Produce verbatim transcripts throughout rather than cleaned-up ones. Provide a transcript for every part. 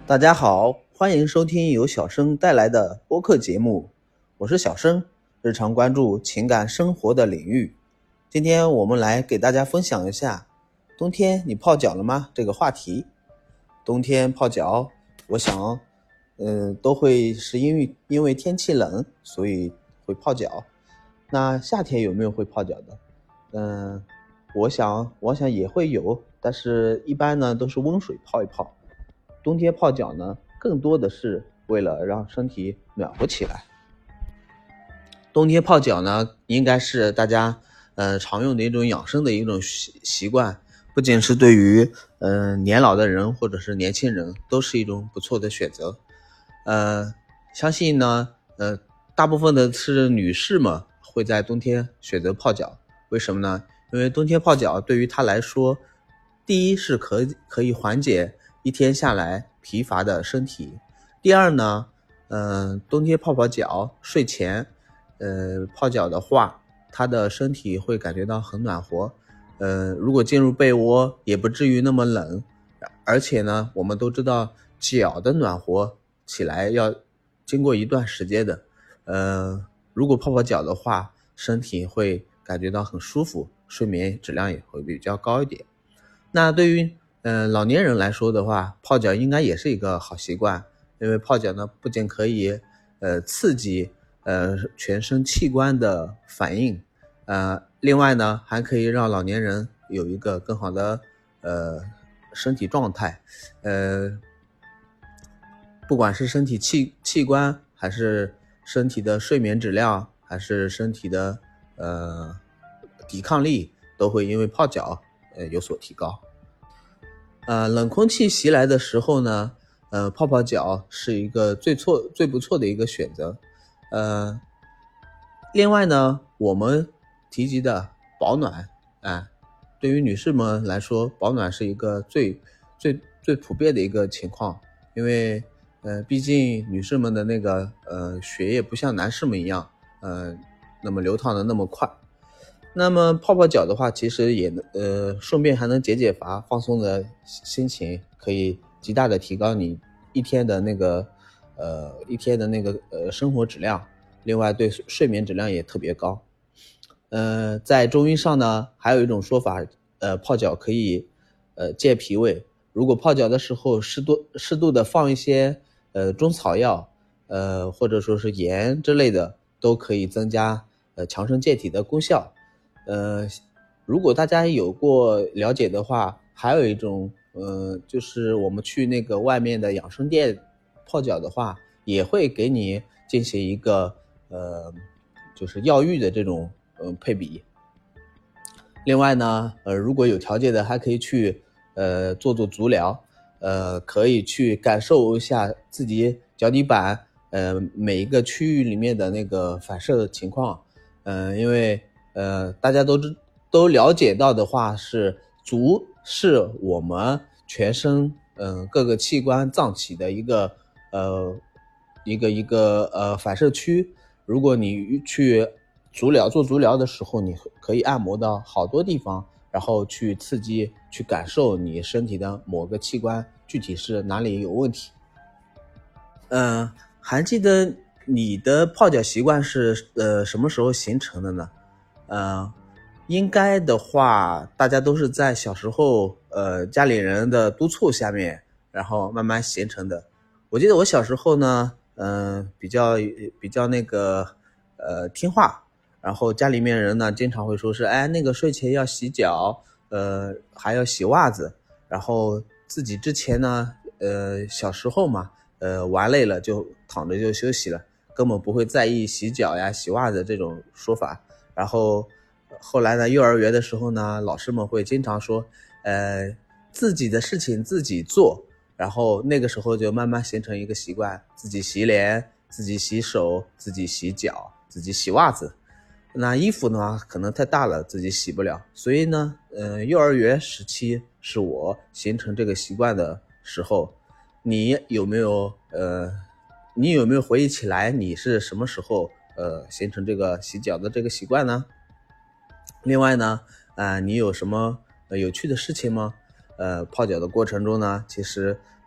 大家好，欢迎收听由小生带来的播客节目，我是小生，日常关注情感生活的领域。今天我们来给大家分享一下冬天你泡脚了吗这个话题。冬天泡脚，我想嗯、呃，都会是因为因为天气冷所以会泡脚。那夏天有没有会泡脚的？嗯、呃，我想我想也会有，但是一般呢都是温水泡一泡。冬天泡脚呢，更多的是为了让身体暖和起来。冬天泡脚呢，应该是大家呃常用的一种养生的一种习习惯，不仅是对于呃年老的人或者是年轻人，都是一种不错的选择。呃，相信呢，呃，大部分的是女士们会在冬天选择泡脚，为什么呢？因为冬天泡脚对于她来说，第一是可可以缓解一天下来疲乏的身体。第二呢，嗯、呃，冬天泡泡脚，睡前，呃，泡脚的话，他的身体会感觉到很暖和。呃，如果进入被窝，也不至于那么冷。而且呢，我们都知道脚的暖和起来要经过一段时间的。呃，如果泡泡脚的话，身体会感觉到很舒服，睡眠质量也会比较高一点。那对于呃老年人来说的话，泡脚应该也是一个好习惯，因为泡脚呢不仅可以呃刺激呃全身器官的反应，呃另外呢还可以让老年人有一个更好的呃身体状态，呃不管是身体器器官还是身体的睡眠质量，还是身体的呃抵抗力，都会因为泡脚呃有所提高。呃，冷空气袭来的时候呢，呃，泡泡脚是一个最错最不错的一个选择。呃，另外呢，我们提及的保暖，啊、呃，对于女士们来说，保暖是一个最最最普遍的一个情况，因为呃，毕竟女士们的那个呃血液不像男士们一样，呃，那么流淌的那么快。那么泡泡脚的话，其实也呃顺便还能解解乏，放松的心情，可以极大的提高你一天的那个呃一天的那个呃生活质量，另外对睡眠质量也特别高。呃，在中医上呢，还有一种说法，呃，泡脚可以呃健脾胃。如果泡脚的时候适度适度的放一些呃中草药，呃或者说是盐之类的，都可以增加呃强身健体的功效。呃，如果大家有过了解的话，还有一种，呃，就是我们去那个外面的养生店泡脚的话，也会给你进行一个，呃，就是药浴的这种，呃，配比。另外呢，呃，如果有条件的，还可以去，呃，做做足疗，呃，可以去感受一下自己脚底板，呃，每一个区域里面的那个反射的情况，嗯、呃，因为。呃，大家都知都了解到的话是，足是我们全身嗯、呃、各个器官脏器的一个呃一个一个呃反射区。如果你去足疗做足疗的时候，你可以按摩到好多地方，然后去刺激去感受你身体的某个器官具体是哪里有问题。嗯、呃，还记得你的泡脚习惯是呃什么时候形成的呢？呃，应该的话，大家都是在小时候，呃，家里人的督促下面，然后慢慢形成的。我记得我小时候呢，嗯、呃，比较比较那个，呃，听话，然后家里面人呢，经常会说是，哎，那个睡前要洗脚，呃，还要洗袜子，然后自己之前呢，呃，小时候嘛，呃，玩累了就躺着就休息了，根本不会在意洗脚呀、洗袜子这种说法。然后后来呢，幼儿园的时候呢，老师们会经常说，呃，自己的事情自己做。然后那个时候就慢慢形成一个习惯，自己洗脸，自己洗手，自己洗脚，自己洗袜子。那衣服呢，可能太大了，自己洗不了。所以呢，呃，幼儿园时期是我形成这个习惯的时候。你有没有呃，你有没有回忆起来，你是什么时候？呃，形成这个洗脚的这个习惯呢？另外呢，呃，你有什么、呃、有趣的事情吗？呃，泡脚的过程中呢，其实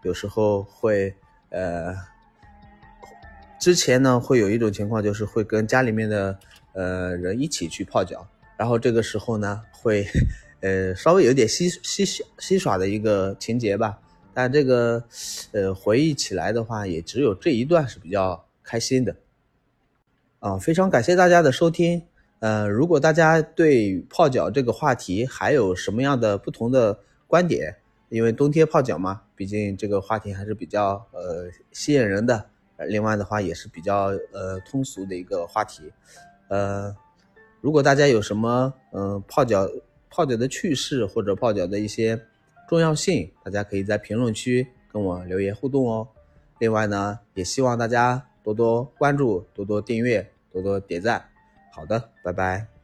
有时候会呃，之前呢会有一种情况，就是会跟家里面的呃人一起去泡脚，然后这个时候呢会呃稍微有点嬉嬉嬉耍的一个情节吧，但这个呃回忆起来的话，也只有这一段是比较开心的啊。非常感谢大家的收听。呃，如果大家对泡脚这个话题还有什么样的不同的观点，因为冬天泡脚嘛，毕竟这个话题还是比较呃吸引人的，另外的话也是比较呃通俗的一个话题。呃，如果大家有什么嗯、呃、泡脚泡脚的趣事或者泡脚的一些重要性，大家可以在评论区跟我留言互动哦。另外呢，也希望大家多多关注，多多订阅，多多点赞。好的，拜拜。